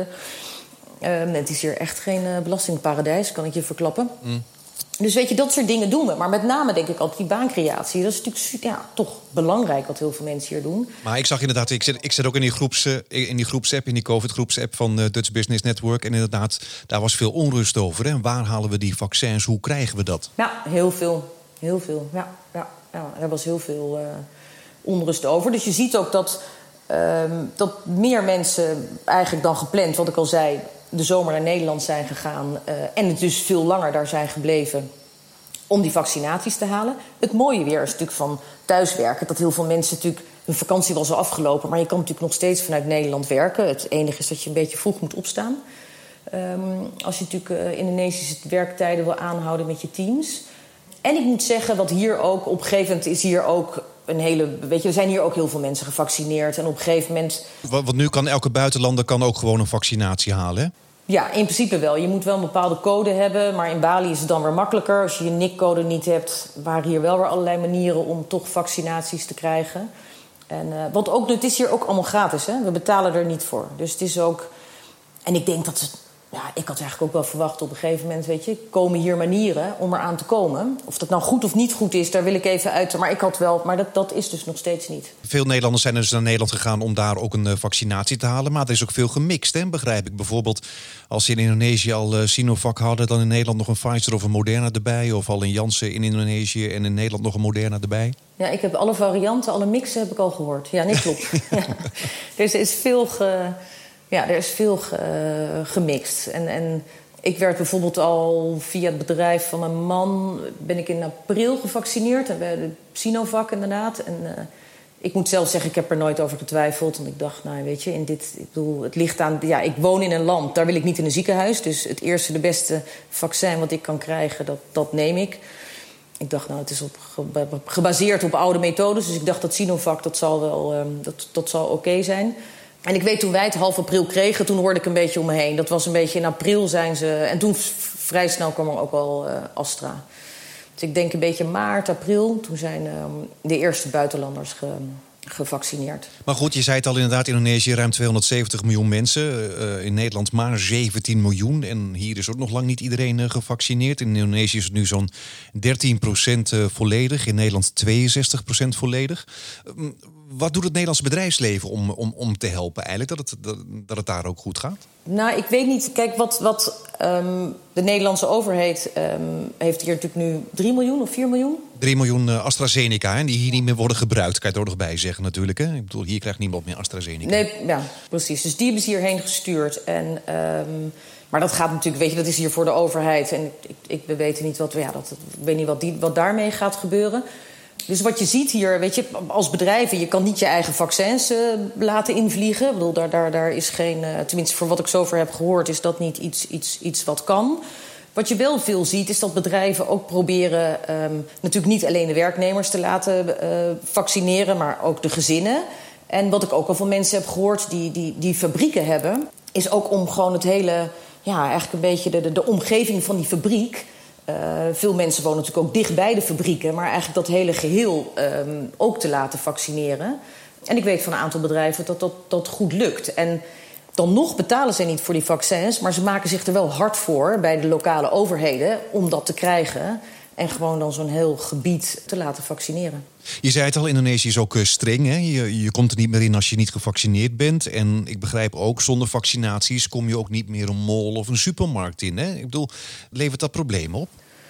het is hier echt geen belastingparadijs, kan ik je verklappen. Dus dat soort dingen doen we. Maar met name denk ik altijd die baancreatie. Dat is natuurlijk toch belangrijk wat heel veel mensen hier doen. Maar ik zag inderdaad, ik zit ook in die groepsapp, in die COVID-groepsapp van Dutch Business Network. En inderdaad, daar was veel onrust over. Hè? Waar halen we die vaccins? Hoe krijgen we dat? Ja, heel veel. Heel veel, ja. Er was heel veel onrust over. Dus je ziet ook dat meer mensen eigenlijk dan gepland, wat ik al zei, de zomer naar Nederland zijn gegaan en het dus veel langer daar zijn gebleven om die vaccinaties te halen. Het mooie weer is natuurlijk van thuiswerken, dat heel veel mensen natuurlijk, hun vakantie was al afgelopen, maar je kan natuurlijk nog steeds vanuit Nederland werken. Het enige is dat je een beetje vroeg moet opstaan. Als je natuurlijk Indonesische werktijden wil aanhouden met je teams. En ik moet zeggen dat hier ook, op een gegeven moment is hier ook een hele... er zijn hier ook heel veel mensen gevaccineerd. En op een gegeven moment... Want nu kan elke buitenlander ook gewoon een vaccinatie halen, hè? Ja, in principe wel. Je moet wel een bepaalde code hebben. Maar in Bali is het dan weer makkelijker. Als je je NIC-code niet hebt, waren hier wel weer allerlei manieren om toch vaccinaties te krijgen. En want ook, het is hier ook allemaal gratis, hè? We betalen er niet voor. Dus het is ook... En ik denk dat... ik had eigenlijk ook wel verwacht op een gegeven moment, komen hier manieren om eraan te komen. Of dat nou goed of niet goed is, daar wil ik even uit. Maar ik had wel, maar dat is dus nog steeds niet. Veel Nederlanders zijn dus naar Nederland gegaan om daar ook een vaccinatie te halen. Maar er is ook veel gemixt, hè, begrijp ik. Bijvoorbeeld als ze in Indonesië al Sinovac hadden, dan in Nederland nog een Pfizer of een Moderna erbij. Of al een Janssen in Indonesië en in Nederland nog een Moderna erbij. Ja, ik heb alle varianten, alle mixen heb ik al gehoord. Ja, nee, klopt. Dus er is veel... er is veel gemixt. En ik werd bijvoorbeeld al via het bedrijf van mijn man... ben ik in april gevaccineerd. En bij de Sinovac inderdaad. En ik moet zelf zeggen, ik heb er nooit over getwijfeld. Want ik dacht, het ligt aan... Ja, ik woon in een land, daar wil ik niet in een ziekenhuis. Dus het eerste, de beste vaccin wat ik kan krijgen, dat neem ik. Ik dacht, het is gebaseerd op oude methodes. Dus ik dacht, dat Sinovac, dat zal wel dat zal oké zijn. En ik weet, toen wij het half april kregen, toen hoorde ik een beetje om me heen. Dat was een beetje in april zijn ze... En toen vrij snel kwam er ook al Astra. Dus ik denk een beetje maart, april. Toen zijn de eerste buitenlanders gevaccineerd. Maar goed, je zei het al inderdaad, Indonesië ruim 270 miljoen mensen. In Nederland maar 17 miljoen. En hier is ook nog lang niet iedereen gevaccineerd. In Indonesië is het nu zo'n 13% volledig. In Nederland 62% volledig. Wat doet het Nederlandse bedrijfsleven om te helpen eigenlijk? Dat het daar ook goed gaat? Nou, ik weet niet. Kijk, wat de Nederlandse overheid heeft hier natuurlijk nu 3 miljoen of 4 miljoen? 3 miljoen AstraZeneca, hè, die hier niet meer worden gebruikt. Kan je het er nog bij zeggen natuurlijk. Hè? Ik bedoel, hier krijgt niemand meer AstraZeneca. Nee, ja, precies. Dus die hebben ze hierheen gestuurd. Maar dat gaat natuurlijk, dat is hier voor de overheid. En we weten niet wat daarmee gaat gebeuren. Dus wat je ziet hier, als bedrijven... je kan niet je eigen vaccins laten invliegen. Ik bedoel, daar is geen... tenminste, voor wat ik zover heb gehoord, is dat niet iets wat kan. Wat je wel veel ziet, is dat bedrijven ook proberen natuurlijk niet alleen de werknemers te laten vaccineren, maar ook de gezinnen. En wat ik ook al van mensen heb gehoord die fabrieken hebben, is ook om gewoon het hele, eigenlijk een beetje de omgeving van die fabriek. Veel mensen wonen natuurlijk ook dicht bij de fabrieken, maar eigenlijk dat hele geheel ook te laten vaccineren. En ik weet van een aantal bedrijven dat goed lukt. En dan nog betalen ze niet voor die vaccins, maar ze maken zich er wel hard voor bij de lokale overheden om dat te krijgen. En gewoon dan zo'n heel gebied te laten vaccineren. Je zei het al, Indonesië is ook streng. Hè? Je komt er niet meer in als je niet gevaccineerd bent. En ik begrijp ook, zonder vaccinaties kom je ook niet meer een mall of een supermarkt in. Hè? Ik bedoel, levert dat problemen op?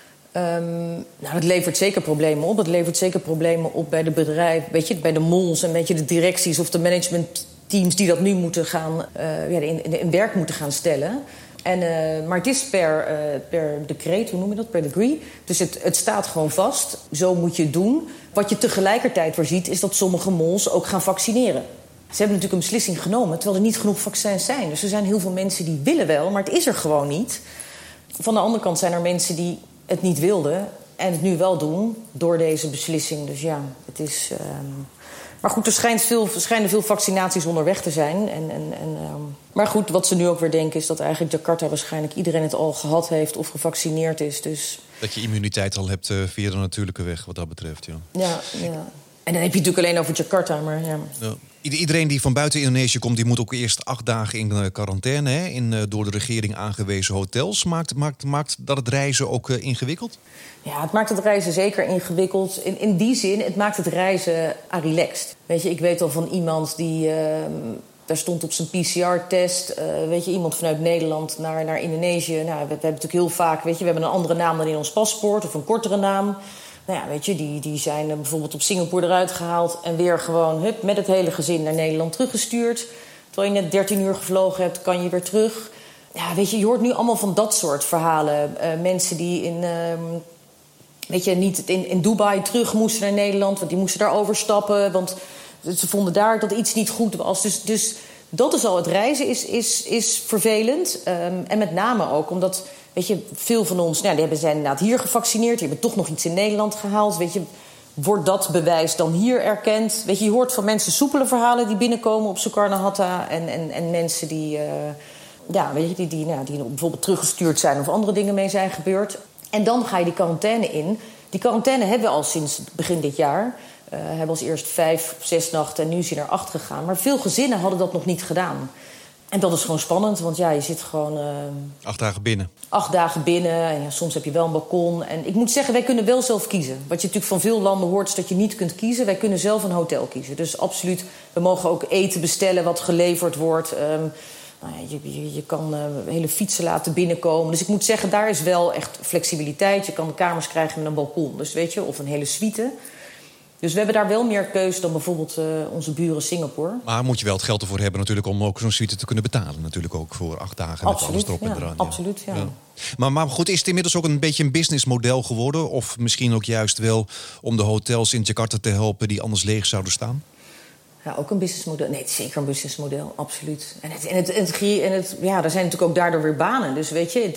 Het levert zeker problemen op. Het levert zeker problemen op bij de bedrijven, bij de malls en de directies of de managementteams die dat nu moeten gaan in werk moeten gaan stellen. Maar het is per decreet, hoe noem je dat? Per decree. Dus het staat gewoon vast. Zo moet je het doen. Wat je tegelijkertijd weer ziet, is dat sommige malls ook gaan vaccineren. Ze hebben natuurlijk een beslissing genomen, terwijl er niet genoeg vaccins zijn. Dus er zijn heel veel mensen die willen wel, maar het is er gewoon niet. Van de andere kant zijn er mensen die het niet wilden en het nu wel doen door deze beslissing. Dus ja, het is. Maar goed, er schijnen veel vaccinaties onderweg te zijn. Maar goed, wat ze nu ook weer denken is dat eigenlijk Jakarta waarschijnlijk iedereen het al gehad heeft of gevaccineerd is. Dus dat je immuniteit al hebt via de natuurlijke weg wat dat betreft, ja. Ja. En dan heb je het natuurlijk alleen over Jakarta, maar ja. Iedereen die van buiten Indonesië komt, die moet ook eerst 8 dagen in quarantaine, hè, in door de regering aangewezen hotels. Maakt dat het reizen ook ingewikkeld? Ja, het maakt het reizen zeker ingewikkeld. In die zin, het maakt het reizen relaxed. Weet je, ik weet al van iemand die daar stond op zijn PCR-test. Iemand vanuit Nederland naar Indonesië. Nou, we hebben natuurlijk heel vaak, we hebben een andere naam dan in ons paspoort of een kortere naam. Nou ja, die zijn bijvoorbeeld op Singapore eruit gehaald en weer gewoon met het hele gezin naar Nederland teruggestuurd. Terwijl je net 13 uur gevlogen hebt, kan je weer terug. Ja, je hoort nu allemaal van dat soort verhalen. Mensen die niet in Dubai terug moesten naar Nederland, want die moesten daar overstappen, want ze vonden daar dat iets niet goed was. Dus dat is al, het reizen is vervelend. En met name ook omdat, veel van ons, die zijn inderdaad hier gevaccineerd, die hebben toch nog iets in Nederland gehaald. Wordt dat bewijs dan hier erkend? Je hoort van mensen soepele verhalen die binnenkomen op Soekarno-Hatta en mensen die bijvoorbeeld teruggestuurd zijn of andere dingen mee zijn gebeurd. En dan ga je die quarantaine in. Die quarantaine hebben we al sinds begin dit jaar. Hebben als eerst 5 of 6 nachten en nu is hij naar 8 gegaan. Maar veel gezinnen hadden dat nog niet gedaan. En dat is gewoon spannend, want je zit gewoon 8 dagen binnen. 8 dagen binnen en soms heb je wel een balkon. En ik moet zeggen, wij kunnen wel zelf kiezen. Wat je natuurlijk van veel landen hoort is dat je niet kunt kiezen. Wij kunnen zelf een hotel kiezen. Dus absoluut, we mogen ook eten bestellen wat geleverd wordt. Je kan hele fietsen laten binnenkomen. Dus ik moet zeggen, daar is wel echt flexibiliteit. Je kan de kamers krijgen met een balkon, dus of een hele suite. Dus we hebben daar wel meer keuze dan bijvoorbeeld onze buren Singapore. Maar moet je wel het geld ervoor hebben natuurlijk om ook zo'n suite te kunnen betalen. Natuurlijk ook voor 8 dagen met alles erop en eraan. Absoluut, ja. Maar goed, is het inmiddels ook een beetje een businessmodel geworden? Of misschien ook juist wel om de hotels in Jakarta te helpen die anders leeg zouden staan? Ja, ook een businessmodel. Nee, het is zeker een businessmodel, absoluut. Er zijn natuurlijk ook daardoor weer banen. Dus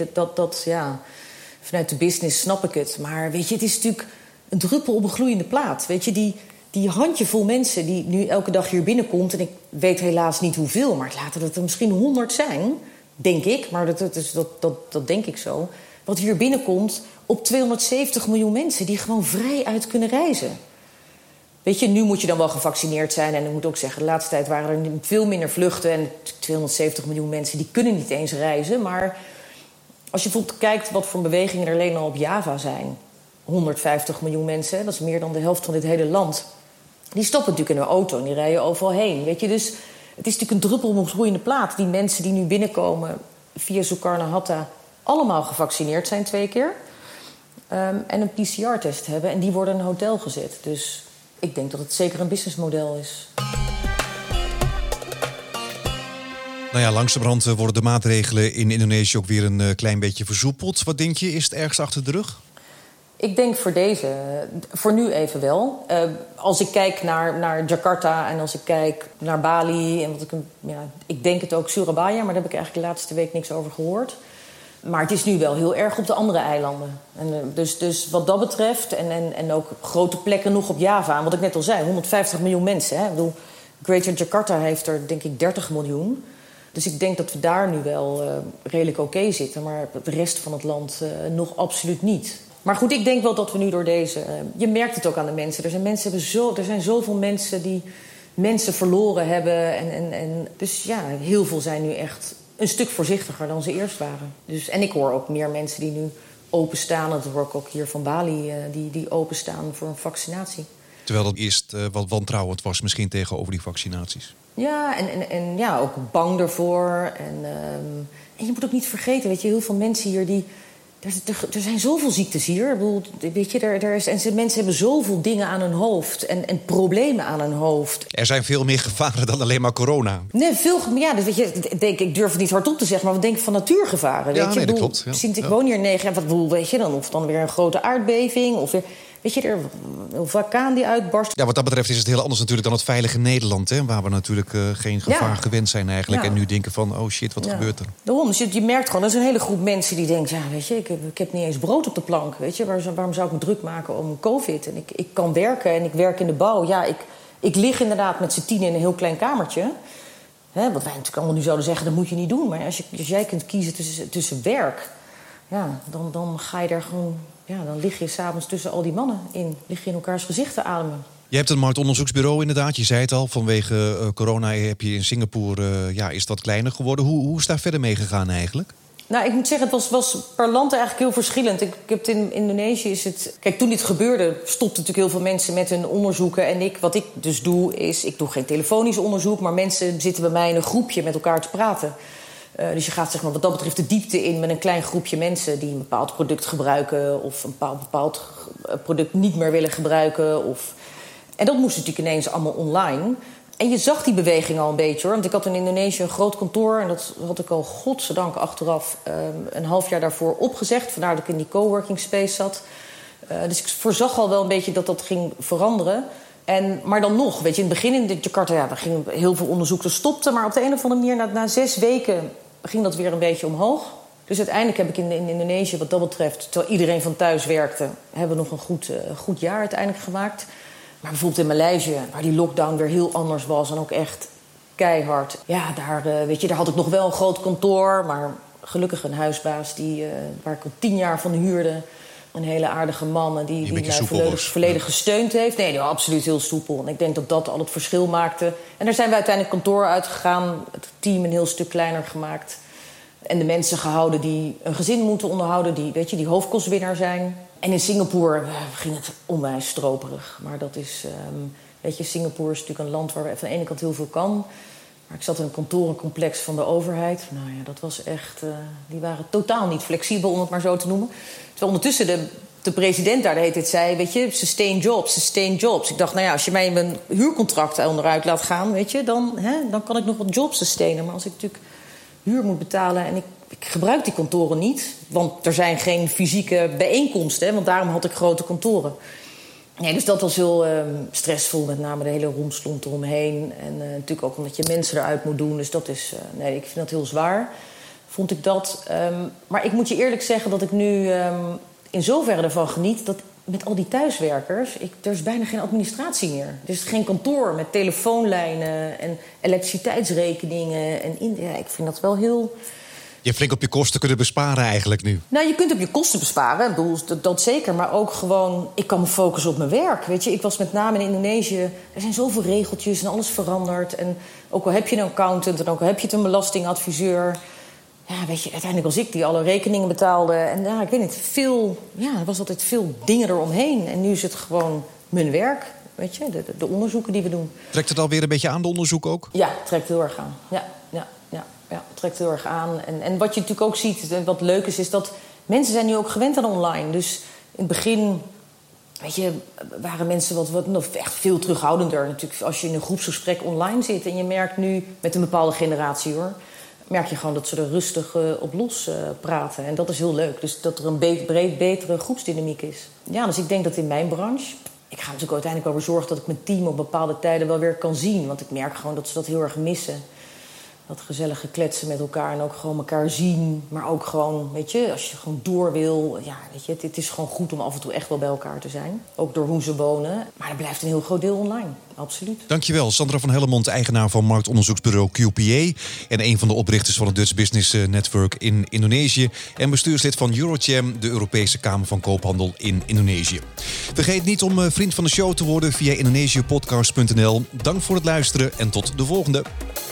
vanuit de business snap ik het. Maar het is natuurlijk een druppel op een gloeiende plaat. Die handjevol mensen die nu elke dag hier binnenkomt, en ik weet helaas niet hoeveel, maar laten het er misschien 100 zijn, denk ik. Maar dat denk ik zo. Wat hier binnenkomt op 270 miljoen mensen die gewoon vrij uit kunnen reizen. Nu moet je dan wel gevaccineerd zijn. En ik moet ook zeggen, de laatste tijd waren er veel minder vluchten. En 270 miljoen mensen, die kunnen niet eens reizen. Maar als je bijvoorbeeld kijkt wat voor bewegingen er alleen al op Java zijn. 150 miljoen mensen, dat is meer dan de helft van dit hele land. Die stoppen natuurlijk in hun auto en die rijden overal heen. Dus het is natuurlijk een druppel op een groeiende plaat. Die mensen die nu binnenkomen via Soekarno-Hatta allemaal gevaccineerd zijn 2 keer. En een PCR-test hebben en die worden in een hotel gezet. Dus ik denk dat het zeker een businessmodel is. Nou ja, langzamerhand worden de maatregelen in Indonesië ook weer een klein beetje versoepeld. Wat denk je, is het ergst achter de rug? Ik denk voor nu even wel. Als ik kijk naar Jakarta en als ik kijk naar Bali en ik denk het ook Surabaya, maar daar heb ik eigenlijk de laatste week niks over gehoord. Maar het is nu wel heel erg op de andere eilanden. En, dus wat dat betreft, en ook grote plekken nog op Java. En wat ik net al zei, 150 miljoen mensen. Hè? Ik bedoel, Greater Jakarta heeft er denk ik 30 miljoen. Dus ik denk dat we daar nu wel redelijk oké zitten. Maar de rest van het land nog absoluut niet. Maar goed, ik denk wel dat we nu door deze... je merkt het ook aan de mensen. Er zijn zoveel mensen die mensen verloren hebben. Dus ja, heel veel zijn nu echt een stuk voorzichtiger dan ze eerst waren. Dus, en ik hoor ook meer mensen die nu openstaan. Dat hoor ik ook hier van Bali, die openstaan voor een vaccinatie. Terwijl dat eerst wat wantrouwend was misschien tegenover die vaccinaties. Ja, en ja, ook bang ervoor. En je moet ook niet vergeten, weet je, heel veel mensen hier die... Er zijn zoveel ziektes hier. Ik bedoel, weet je, mensen hebben zoveel dingen aan hun hoofd en problemen aan hun hoofd. Er zijn veel meer gevaren dan alleen maar corona. Nee, dat weet je, ik durf het niet hardop te zeggen, maar we denken van natuurgevaren. Weet je? Nee, dat klopt. Ja. Sinds ik woon hier 9 jaar, wat bedoel, weet je dan? Of dan weer een grote aardbeving, of weer... Weet je, een vulkaan die uitbarst. Ja, wat dat betreft is het heel anders natuurlijk dan het veilige Nederland. Hè, waar we natuurlijk geen gevaar gewend zijn eigenlijk. Ja. En nu denken van, oh shit, wat gebeurt er? Daarom, dus je merkt gewoon, er is een hele groep mensen die denkt... ja, weet je, ik heb niet eens brood op de plank. Weet je, waarom zou ik me druk maken om COVID? En ik kan werken en ik werk in de bouw. Ja, ik lig inderdaad met z'n 10 in een heel klein kamertje. Hè, wat wij natuurlijk allemaal nu zouden zeggen, dat moet je niet doen. Maar als jij kunt kiezen tussen werk... ja, dan ga je daar gewoon... Ja, dan lig je s'avonds tussen al die mannen in. Lig je in elkaars gezicht te ademen. Je hebt een marktonderzoeksbureau inderdaad. Je zei het al, vanwege corona heb je in Singapore... is dat kleiner geworden. Hoe is daar verder mee gegaan eigenlijk? Nou, ik moet zeggen, het was per land eigenlijk heel verschillend. Ik heb het in Indonesië is het... Kijk, toen dit gebeurde, stopten natuurlijk heel veel mensen met hun onderzoeken. En wat ik dus doe, is... Ik doe geen telefonisch onderzoek, maar mensen zitten bij mij in een groepje met elkaar te praten. Dus je gaat zeg maar, wat dat betreft de diepte in met een klein groepje mensen... die een bepaald product gebruiken of een bepaald product niet meer willen gebruiken. En dat moest natuurlijk ineens allemaal online. En je zag die beweging al een beetje, hoor. Want ik had in Indonesië een groot kantoor... en dat had ik al, godzijdank, achteraf een half jaar daarvoor opgezegd. Vandaar dat ik in die coworking space zat. Dus ik voorzag al wel een beetje dat ging veranderen... Maar dan nog, weet je, in het begin in Jakarta... ja, er ging heel veel onderzoek, stopte... maar op de een of andere manier, na 6 weken... ging dat weer een beetje omhoog. Dus uiteindelijk heb ik in Indonesië, wat dat betreft... terwijl iedereen van thuis werkte... hebben we nog een goed jaar uiteindelijk gemaakt. Maar bijvoorbeeld in Maleisië, waar die lockdown weer heel anders was... en ook echt keihard. Ja, daar had ik nog wel een groot kantoor... maar gelukkig een huisbaas waar ik al 10 jaar van huurde... Een hele aardige man die mij volledig gesteund heeft. Nee, absoluut heel soepel. En ik denk dat dat al het verschil maakte. En daar zijn we uiteindelijk kantoor uitgegaan. Het team een heel stuk kleiner gemaakt. En de mensen gehouden die een gezin moeten onderhouden. Die hoofdkostwinnaar zijn. En in Singapore ging het onwijs stroperig. Maar dat is... Singapore is natuurlijk een land waar we van de ene kant heel veel kan... Maar ik zat in een kantorencomplex van de overheid. Nou ja, dat was echt... die waren totaal niet flexibel, om het maar zo te noemen. Terwijl ondertussen de president daar de hele tijd zei... weet je, sustain jobs. Ik dacht, nou ja, als je mij mijn huurcontract onderuit laat gaan... weet je, dan kan ik nog wat jobs sustainen. Maar als ik natuurlijk huur moet betalen... en ik gebruik die kantoren niet... want er zijn geen fysieke bijeenkomsten... Hè, want daarom had ik grote kantoren... Nee, dus dat was heel stressvol, met name de hele rompslomp eromheen. En natuurlijk ook omdat je mensen eruit moet doen. Dus dat is, ik vind dat heel zwaar, vond ik dat. Maar ik moet je eerlijk zeggen dat ik nu in zoverre ervan geniet... dat met al die thuiswerkers, er is bijna geen administratie meer. Er is geen kantoor met telefoonlijnen en elektriciteitsrekeningen. Ik vind dat wel heel... Je hebt flink op je kosten kunnen besparen eigenlijk nu. Nou, je kunt op je kosten besparen, ik bedoel, dat zeker. Maar ook gewoon, ik kan me focussen op mijn werk. Weet je, ik was met name in Indonesië. Er zijn zoveel regeltjes en alles verandert. En ook al heb je een accountant en ook al heb je een belastingadviseur... Ja, weet je, uiteindelijk was ik die alle rekeningen betaalde. En ja, ik weet niet, er was altijd veel dingen eromheen. En nu is het gewoon mijn werk, weet je, de onderzoeken die we doen. Trekt het alweer een beetje aan, de onderzoek ook? Ja, het trekt heel erg aan, ja, het trekt heel erg aan. En wat je natuurlijk ook ziet, en wat leuk is dat mensen zijn nu ook gewend aan online. Dus in het begin, weet je, waren mensen wat echt veel terughoudender. Natuurlijk, als je in een groepsgesprek online zit en je merkt nu, met een bepaalde generatie hoor, merk je gewoon dat ze er rustig op los praten. En dat is heel leuk. Dus dat er een betere groepsdynamiek is. Ja, dus ik denk dat in mijn branche... Ik ga natuurlijk uiteindelijk wel weer zorgen dat ik mijn team op bepaalde tijden wel weer kan zien. Want ik merk gewoon dat ze dat heel erg missen. Dat gezellige kletsen met elkaar en ook gewoon elkaar zien. Maar ook gewoon, weet je, als je gewoon door wil. Ja, weet je, het is gewoon goed om af en toe echt wel bij elkaar te zijn. Ook door hoe ze wonen. Maar er blijft een heel groot deel online. Absoluut. Dankjewel, Sandra van Hellemond, eigenaar van marktonderzoeksbureau QPA. En een van de oprichters van het Dutch Business Network in Indonesië. En bestuurslid van Eurocham, de Europese Kamer van Koophandel in Indonesië. Vergeet niet om vriend van de show te worden via indonesiapodcast.nl. Dank voor het luisteren en tot de volgende.